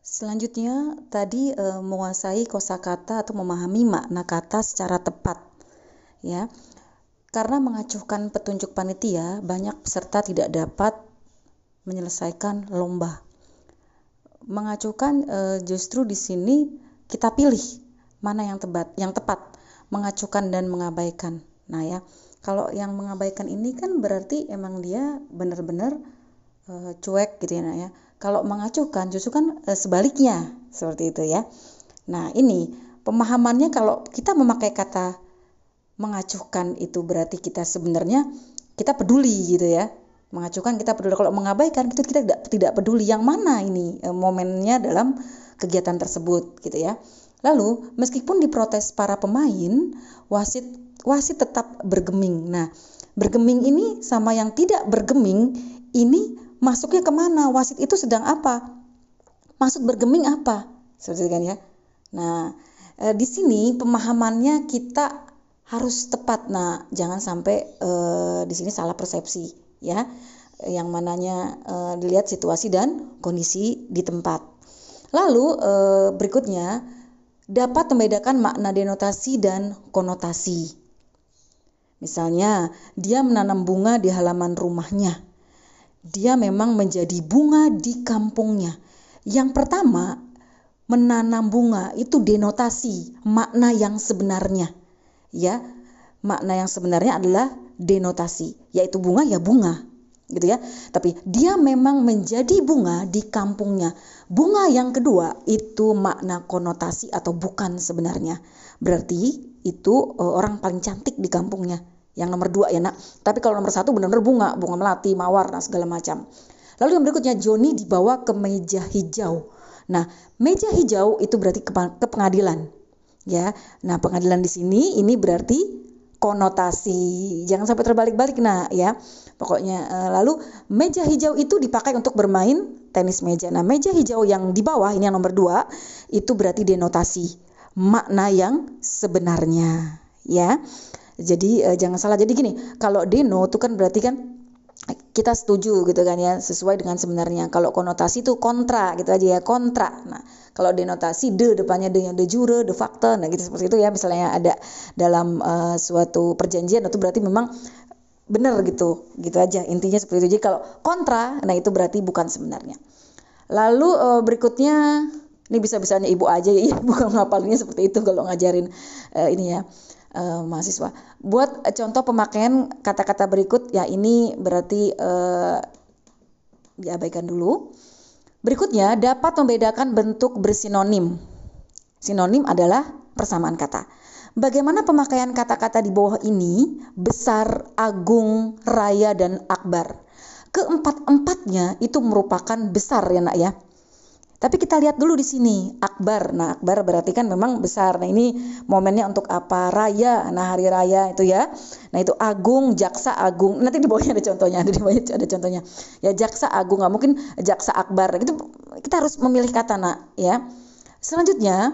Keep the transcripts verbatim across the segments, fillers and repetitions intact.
Selanjutnya tadi e, menguasai kosakata atau memahami makna kata secara tepat, ya. Karena mengacuhkan petunjuk panitia, banyak peserta tidak dapat menyelesaikan lomba. Mengacuhkan e, justru di sini kita pilih mana yang tepat, yang tepat, mengacuhkan dan mengabaikan. Nah ya, kalau yang mengabaikan ini kan berarti emang dia benar-benar e, cuek gitu ya, nah ya. Kalau mengacuhkan justru kan e, sebaliknya seperti itu ya. Nah ini pemahamannya, kalau kita memakai kata mengacuhkan itu berarti kita sebenarnya kita peduli gitu ya. Mengacuhkan kita peduli, kalau mengabaikan itu kita tidak tidak peduli yang mana ini e, momennya dalam kegiatan tersebut gitu ya. Lalu meskipun diprotes para pemain, wasit wasit tetap bergeming. Nah, bergeming ini sama yang tidak bergeming ini masuknya kemana? Wasit itu sedang apa? Maksud bergeming apa? Seperti itu kan ya. Nah, e, di sini pemahamannya kita harus tepat. Nah, jangan sampai e, di sini salah persepsi ya. Yang mananya e, dilihat situasi dan kondisi di tempat. Lalu e, berikutnya dapat membedakan makna denotasi dan konotasi. Misalnya, dia menanam bunga di halaman rumahnya. Dia memang menjadi bunga di kampungnya. Yang pertama, menanam bunga itu denotasi, makna yang sebenarnya. Ya, makna yang sebenarnya adalah denotasi, yaitu bunga ya bunga, gitu ya. Tapi dia memang menjadi bunga di kampungnya. Bunga yang kedua itu makna konotasi atau bukan sebenarnya. Berarti itu uh, orang paling cantik di kampungnya. Yang nomor dua ya nak. Tapi kalau nomor satu benar-benar bunga, bunga melati, mawar, nah segala macam. Lalu yang berikutnya, Joni dibawa ke meja hijau. Nah, meja hijau itu berarti ke, ke pengadilan, ya. Nah, pengadilan di sini ini berarti konotasi. Jangan sampai terbalik-balik, nah, ya. Pokoknya uh, lalu meja hijau itu dipakai untuk bermain tenis meja. Nah, meja hijau yang di bawah ini yang nomor dua itu berarti denotasi, makna yang sebenarnya, ya. Jadi eh, jangan salah. Jadi gini, kalau deno itu kan berarti kan kita setuju gitu kan ya, sesuai dengan sebenarnya. Kalau konotasi itu kontra gitu aja ya, kontra. Nah, kalau denotasi de depannya de, de jure, de facto, nah gitu seperti itu ya. Misalnya ada dalam uh, suatu perjanjian itu berarti memang benar gitu. Gitu aja. Intinya seperti itu. Jadi kalau kontra, nah itu berarti bukan sebenarnya. Lalu uh, berikutnya, ini bisa-bisanya ibu aja ya, bukan ngapalinnya seperti itu kalau ngajarin uh, ini ya. Uh, mahasiswa. Buat uh, contoh pemakaian kata-kata berikut ya, ini berarti uh, diabaikan dulu. Berikutnya, dapat membedakan bentuk bersinonim. Sinonim adalah persamaan kata. Bagaimana pemakaian kata-kata di bawah ini? Besar, agung, raya, dan akbar. Keempat-empatnya itu merupakan besar ya nak ya. Tapi kita lihat dulu di sini, akbar. Nah, akbar berarti kan memang besar. Nah, ini momennya untuk apa? Raya. Nah, hari raya itu ya. Nah, itu agung, jaksa agung. Nanti di bawahnya ada contohnya, ada di bawahnya ada contohnya. Ya, jaksa agung, nggak mungkin jaksa akbar. Itu kita harus memilih kata, nak, ya. Selanjutnya,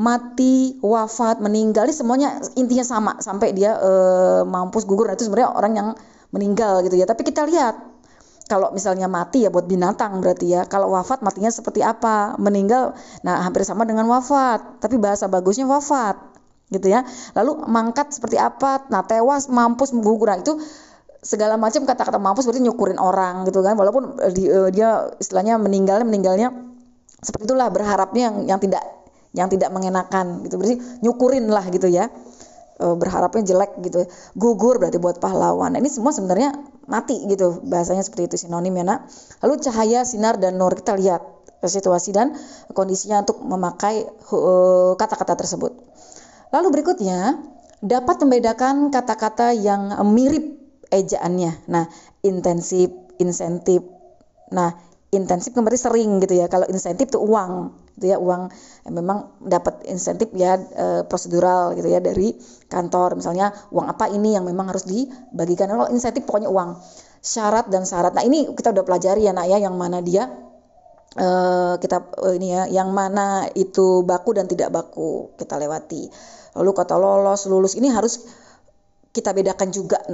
mati, wafat, meninggal, ini semuanya intinya sama sampai dia e, mampus, gugur. Nah, itu sebenarnya orang yang meninggal gitu ya. Tapi kita lihat, kalau misalnya mati ya buat binatang berarti ya. Kalau wafat matinya seperti apa? Meninggal, nah hampir sama dengan wafat. Tapi bahasa bagusnya wafat, gitu ya. Lalu mangkat seperti apa? Nah tewas, mampus, gugur. Nah itu segala macam kata-kata mampus berarti nyukurin orang gitu kan. Walaupun di, uh, dia istilahnya meninggalnya meninggalnya seperti itulah, berharapnya yang, yang tidak yang tidak mengenakan gitu. Berarti nyukurin lah gitu ya. Berharapnya jelek gitu. Gugur berarti buat pahlawan. Nah, ini semua sebenarnya mati gitu, bahasanya seperti itu, sinonim ya nak. Lalu cahaya, sinar, dan nur, kita lihat situasi dan kondisinya untuk memakai uh, kata-kata tersebut. Lalu berikutnya, dapat membedakan kata-kata yang mirip ejaannya. Nah, intensif, insentif. Nah, intensif kan berarti sering gitu ya. Kalau insentif itu uang, gitu ya, uang yang memang dapat insentif ya, e, prosedural gitu ya dari kantor. Misalnya uang apa ini yang memang harus dibagikan. Kalau insentif pokoknya uang. Syarat dan syarat. Nah, ini kita udah pelajari ya nak ya, yang mana dia e, kita e, ini ya, yang mana itu baku dan tidak baku kita lewati. Lalu kata lolos, lulus ini harus kita bedakan juga nak.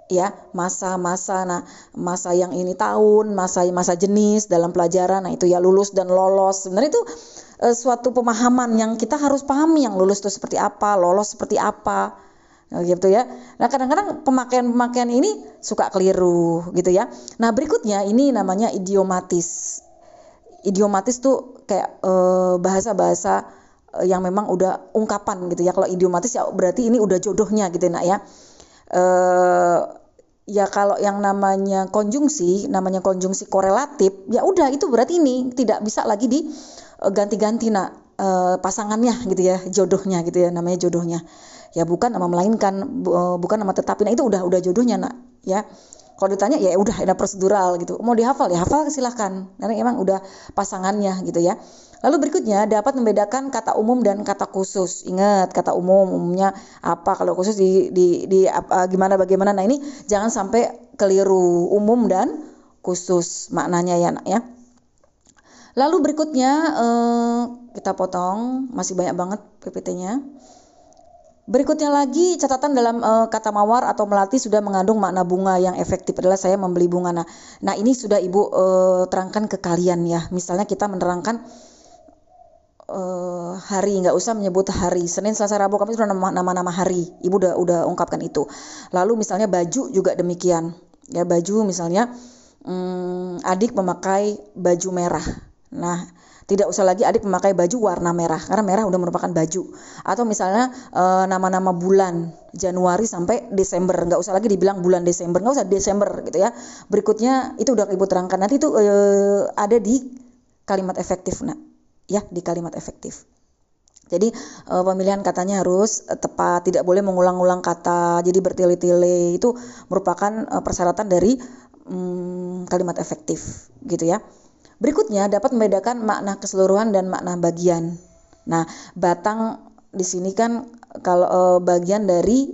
ya, masa-masa. Nah, masa yang ini tahun, masa masa jenis dalam pelajaran. Nah, itu ya lulus dan lolos. Sebenarnya itu eh, suatu pemahaman yang kita harus pahami, yang lulus itu seperti apa, lolos seperti apa. Nah, gitu ya. Nah, kadang-kadang pemakaian-pemakaian ini suka keliru gitu ya. Nah, berikutnya ini namanya idiomatis. Idiomatis tuh kayak eh, bahasa-bahasa eh, yang memang udah ungkapan gitu ya. Kalau idiomatis ya berarti ini udah jodohnya gitu nak ya. Eh, ya kalau yang namanya konjungsi, namanya konjungsi korelatif, ya udah itu berarti ini tidak bisa lagi diganti-ganti nak eh, pasangannya gitu ya, jodohnya gitu ya, namanya jodohnya. Ya bukan nama melainkan, bu- bukan nama tetapi. Nah itu udah udah jodohnya nak ya. Kalau ditanya ya udah ada prosedural gitu. Mau dihafal ya hafal silahkan. Karena emang udah pasangannya gitu ya. Lalu berikutnya dapat membedakan kata umum dan kata khusus. Ingat kata umum umumnya apa, kalau khusus di di, di apa, gimana bagaimana. Nah ini jangan sampai keliru umum dan khusus maknanya ya nak ya. Lalu berikutnya eh, kita potong, masih banyak banget P P T-nya. Berikutnya lagi catatan dalam uh, kata mawar atau melati sudah mengandung makna bunga yang efektif adalah saya membeli bunga. Nah, nah ini sudah Ibu uh, terangkan ke kalian ya. Misalnya kita menerangkan uh, hari, nggak usah menyebut hari. Senin, Selasa, Rabu, Kamis sudah nama-nama hari. Ibu udah udah ungkapkan itu. Lalu misalnya baju juga demikian. Ya baju misalnya um, adik memakai baju merah. Nah, tidak usah lagi adik memakai baju warna merah karena merah udah merupakan baju. Atau misalnya e, nama-nama bulan Januari sampai Desember, nggak usah lagi dibilang bulan Desember, nggak usah Desember gitu ya. Berikutnya itu udah Ibu terangkan, nanti itu e, ada di kalimat efektif nak ya, di kalimat efektif. Jadi e, pemilihan katanya harus e, tepat, tidak boleh mengulang-ulang kata jadi bertele-tele. Itu merupakan e, persyaratan dari mm, kalimat efektif gitu ya. Berikutnya dapat membedakan makna keseluruhan dan makna bagian. Nah, batang di sini kan kalau e, bagian dari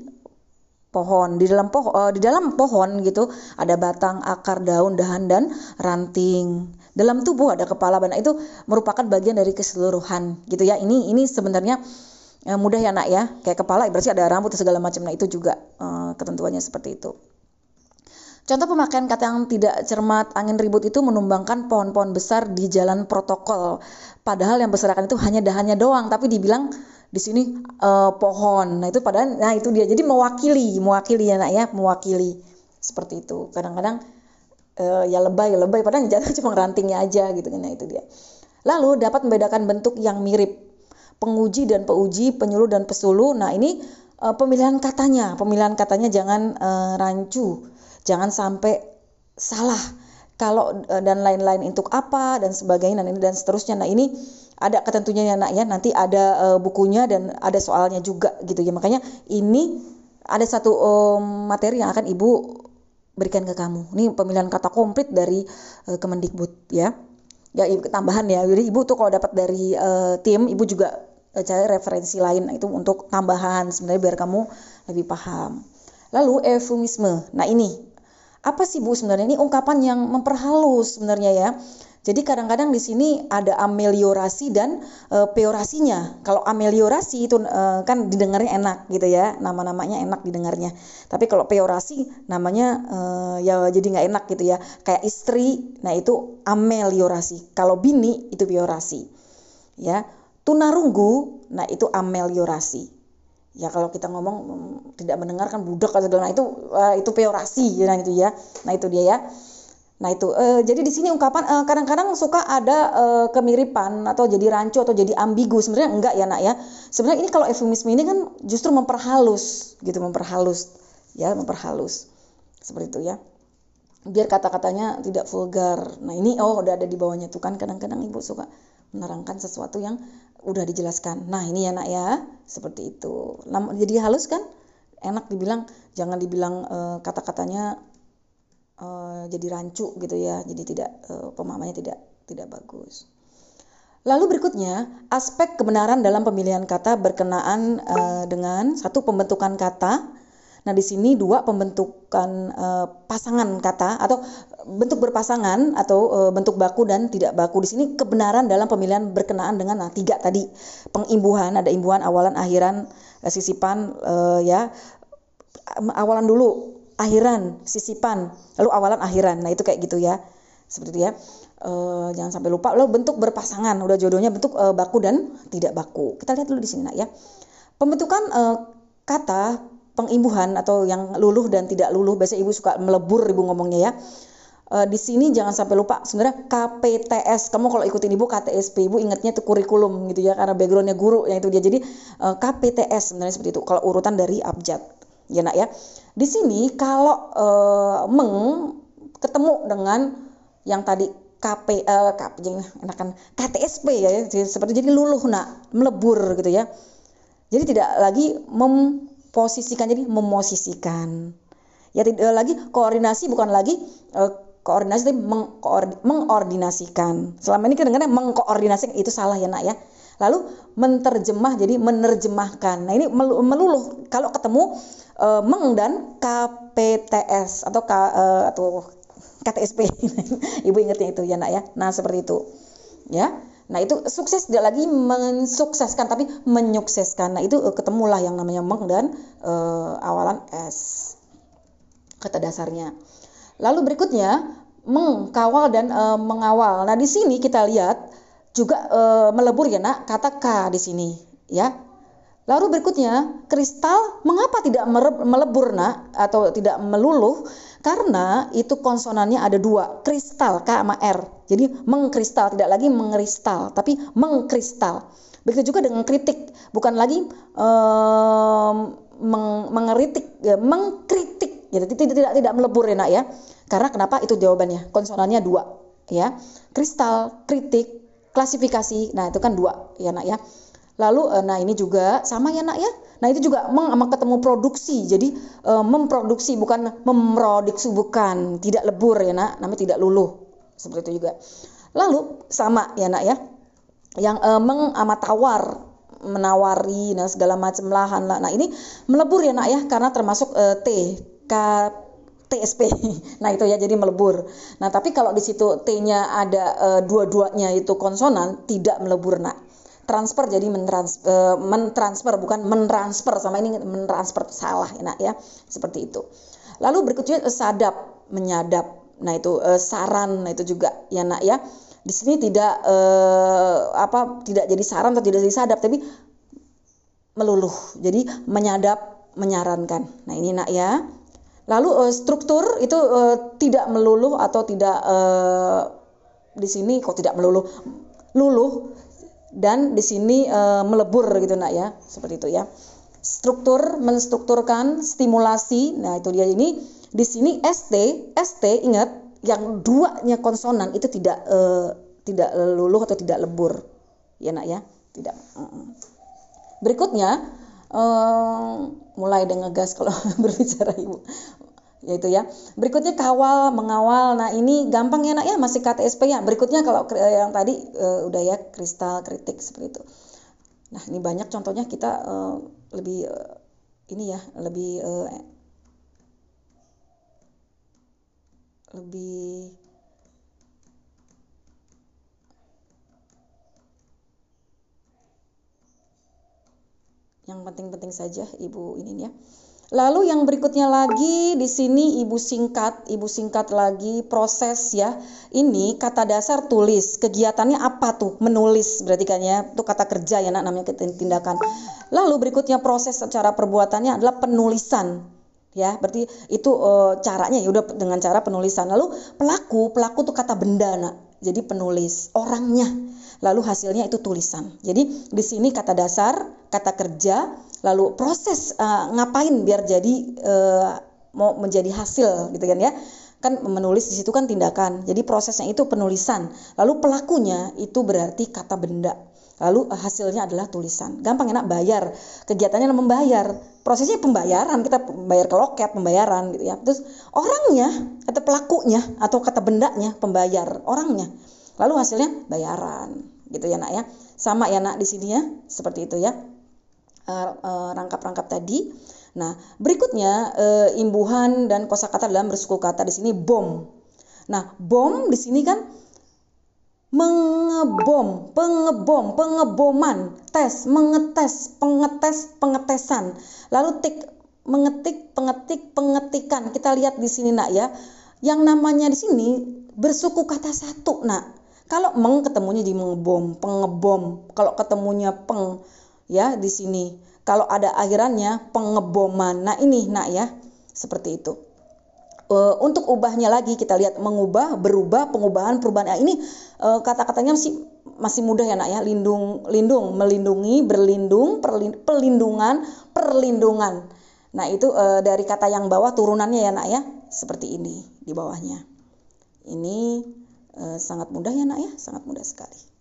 pohon. Di dalam pohon, e, di dalam pohon gitu ada batang, akar, daun, dahan dan ranting. Dalam tubuh ada kepala, nah itu merupakan bagian dari keseluruhan gitu ya. Ini ini sebenarnya e, mudah ya nak ya. Kayak kepala berarti ada rambut segala macam. Nah, itu juga e, ketentuannya seperti itu. Contoh pemakaian kata yang tidak cermat, angin ribut itu menumbangkan pohon-pohon besar di jalan protokol. Padahal yang berserakan itu hanya dahannya doang, tapi dibilang di sini uh, pohon. Nah itu padahal, nah itu dia. Jadi mewakili, mewakili ya nak ya, mewakili seperti itu. Kadang-kadang uh, ya lebay, lebay. Padahal jatuh cuma rantingnya aja gitu. Nah itu dia. Lalu dapat membedakan bentuk yang mirip, penguji dan peuji, penyuluh dan pesuluh. Nah ini uh, pemilihan katanya, pemilihan katanya jangan uh, rancu. Jangan sampai salah kalau dan lain-lain untuk apa dan sebagainya dan ini dan seterusnya. Nah ini ada ketentuannya ya nak ya, nanti ada uh, bukunya dan ada soalnya juga gitu ya. Makanya ini ada satu um, materi yang akan Ibu berikan ke kamu. Ini pemilihan kata komplit dari uh, Kemendikbud ya. Ya Ibu tambahan ya. Jadi Ibu tuh kalau dapat dari uh, tim, Ibu juga uh, cari referensi lain. Nah, itu untuk tambahan sebenarnya biar kamu lebih paham. Lalu eufemisme. Nah ini apa sih Bu sebenarnya? Ini ungkapan yang memperhalus sebenarnya ya. Jadi kadang-kadang di sini ada ameliorasi dan e, peorasinya. Kalau ameliorasi itu e, kan didengarnya enak gitu ya, nama-namanya enak didengarnya. Tapi kalau peorasi namanya e, ya jadi nggak enak gitu ya. Kayak istri, nah itu ameliorasi. Kalau bini itu peorasi. Ya, tunarunggu, nah itu ameliorasi. Ya kalau kita ngomong hmm, tidak mendengarkan budak atau nah itu uh, itu peorasi nah itu ya. Nah itu dia ya. Nah itu uh, jadi di sini ungkapan uh, kadang-kadang suka ada uh, kemiripan atau jadi rancu atau jadi ambigu. Sebenarnya enggak ya nak ya. Sebenarnya ini kalau eufemisme ini kan justru memperhalus gitu, memperhalus ya, memperhalus. Seperti itu ya. Biar kata-katanya tidak vulgar. Nah ini oh udah ada di bawahnya tuh kan kadang-kadang Ibu suka menerangkan sesuatu yang udah dijelaskan. Nah ini ya nak ya, seperti itu. Jadi halus kan, enak dibilang, jangan dibilang e, kata-katanya e, jadi rancu gitu ya. Jadi tidak e, pemahamannya tidak tidak bagus. Lalu berikutnya aspek kebenaran dalam pemilihan kata berkenaan e, dengan satu pembentukan kata. Nah di sini dua pembentukan e, pasangan kata atau bentuk berpasangan atau e, bentuk baku dan tidak baku. Di sini kebenaran dalam pemilihan berkenaan dengan nah tiga tadi, pengimbuhan, ada imbuhan, awalan, akhiran, e, sisipan e, ya awalan dulu akhiran, sisipan, lalu awalan akhiran. Nah itu kayak gitu ya, seperti itu ya. E, jangan sampai lupa. Lalu bentuk berpasangan, udah jodohnya bentuk e, baku dan tidak baku. Kita lihat dulu di sini nak ya. Pembentukan e, kata pengimbuhan atau yang luluh dan tidak luluh, biasa ibu suka melebur ibu ngomongnya ya. E, di sini jangan sampai lupa sebenarnya K P T S. Kamu kalau ikutin ibu K T S P, ibu ingatnya itu kurikulum gitu ya, karena backgroundnya guru yang itu dia. Jadi e, K P T S sebenarnya seperti itu. Kalau urutan dari abjad, ya nak ya. Di sini kalau e, meng ketemu dengan yang tadi K P, uh, K P enakan K T S P ya, jadi, seperti jadi luluh nak, melebur gitu ya. Jadi tidak lagi memposisikan, jadi memosisikan. Ya tidak lagi koordinasi, bukan lagi uh, koordinasi tapi mengkoord, mengordinasikan. Selama ini kadang-kadang mengkoordinasikan itu salah ya nak ya. Lalu menterjemah jadi menerjemahkan. Nah ini meluluh kalau ketemu uh, meng dan K P T S atau K, uh, atau K T S P. Ibu ingatnya itu ya nak ya. Nah seperti itu ya. Nah itu sukses, tidak lagi mensukseskan tapi menyukseskan. Nah itu uh, ketemulah yang namanya meng dan uh, awalan S, kata dasarnya. Lalu berikutnya mengkawal dan uh, mengawal. Nah di sini kita lihat juga uh, melebur ya nak, kata K di sini ya. Lalu berikutnya kristal, mengapa tidak melebur nak atau tidak meluluh? Karena itu konsonannya ada dua, kristal K sama R. Jadi mengkristal, tidak lagi mengkristal tapi mengkristal. Begitu juga dengan kritik, bukan lagi um, meng, mengeritik, ya, mengkritik. Jadi tidak tidak tidak melebur ya nak ya. Karena kenapa? Itu jawabannya, konsonannya dua ya. Kristal, kritik, klasifikasi. Nah itu kan dua ya nak ya. Lalu nah ini juga sama ya nak ya. Nah itu juga meng sama ketemu produksi. Jadi e, memproduksi bukan memproduksi, bukan, tidak lebur ya nak, namanya tidak luluh. Seperti itu juga. Lalu sama ya nak ya. Yang e, meng sama tawar, menawari, nah segala macam lahan lah. Nah ini melebur ya nak ya, karena termasuk e, T, K T S P. Nah itu ya, jadi melebur. Nah tapi kalau di situ T-nya ada e, dua-duanya itu konsonan, tidak melebur nak. Transfer jadi mentrans, e, mentransfer bukan mentransfer, sama ini mentransfer, salah ya nak ya, seperti itu. Lalu berikutnya sadap, menyadap. Nah itu e, saran, nah itu juga ya nak ya. Di sini tidak e, apa tidak jadi saran atau tidak jadi sadap tapi meluluh. Jadi menyadap, menyarankan. Nah ini nak ya. Lalu e, struktur itu e, tidak meluluh atau tidak e, di sini kok tidak meluluh, luluh. Dan di sini e, melebur gitu nak ya, seperti itu ya. Struktur, menstrukturkan, stimulasi. Nah itu dia ini. Di sini st, st ingat yang duanya konsonan itu tidak e, tidak luluh atau tidak lebur, ya nak ya, tidak. Berikutnya e, mulai dengan gas kalau berbicara ibu. Yaitu ya. Berikutnya kawal, mengawal. Nah, ini gampang ya nak ya, masih K T S P ya. Berikutnya kalau yang tadi uh, udah ya, kristal, kritik, seperti itu. Nah, ini banyak contohnya, kita uh, lebih uh, ini ya, lebih uh, lebih yang penting-penting saja ibu ini ya. Lalu yang berikutnya lagi di sini ibu singkat, ibu singkat lagi proses ya. Ini kata dasar tulis, kegiatannya apa tuh? Menulis berarti kan ya, itu kata kerja ya nak, namanya tindakan. Lalu berikutnya proses secara perbuatannya adalah penulisan. Ya, berarti itu e, caranya ya udah dengan cara penulisan. Lalu pelaku, pelaku tuh kata benda nak. Jadi penulis, orangnya. Lalu hasilnya itu tulisan. Jadi di sini kata dasar, kata kerja, lalu proses uh, ngapain biar jadi uh, mau menjadi hasil gitu kan ya. Kan menulis di situ kan tindakan. Jadi prosesnya itu penulisan. Lalu pelakunya itu berarti kata benda. Lalu uh, hasilnya adalah tulisan. Gampang enak, bayar. Kegiatannya adalah membayar. Prosesnya pembayaran, kita bayar ke loket, pembayaran gitu ya. Terus orangnya, kata pelakunya atau kata bendanya pembayar, orangnya. Lalu hasilnya bayaran, gitu ya nak ya. Sama ya nak di sini ya, seperti itu ya. E, e, rangkap-rangkap tadi. Nah, berikutnya e, imbuhan dan kosakata dalam bersuku kata di sini bom. Nah, bom di sini kan mengebom, pengebom, pengeboman, tes, mengetes, pengetes, pengetesan. Lalu tik mengetik, pengetik, pengetikan. Kita lihat di sini nak ya. Yang namanya di sini bersuku kata satu nak. Kalau meng ketemunya di mengebom, pengebom. Kalau ketemunya peng ya di sini. Kalau ada akhirannya pengeboman. Nah ini nak ya, seperti itu. Uh, untuk ubahnya lagi kita lihat mengubah, berubah, pengubahan, perubahan. Nah, ini uh, kata-katanya masih masih mudah ya nak ya. Lindung, lindung, melindungi, berlindung, perlin, pelindungan, perlindungan. Nah itu uh, dari kata yang bawah turunannya ya nak ya, seperti ini di bawahnya. Ini uh, sangat mudah ya nak ya, sangat mudah sekali.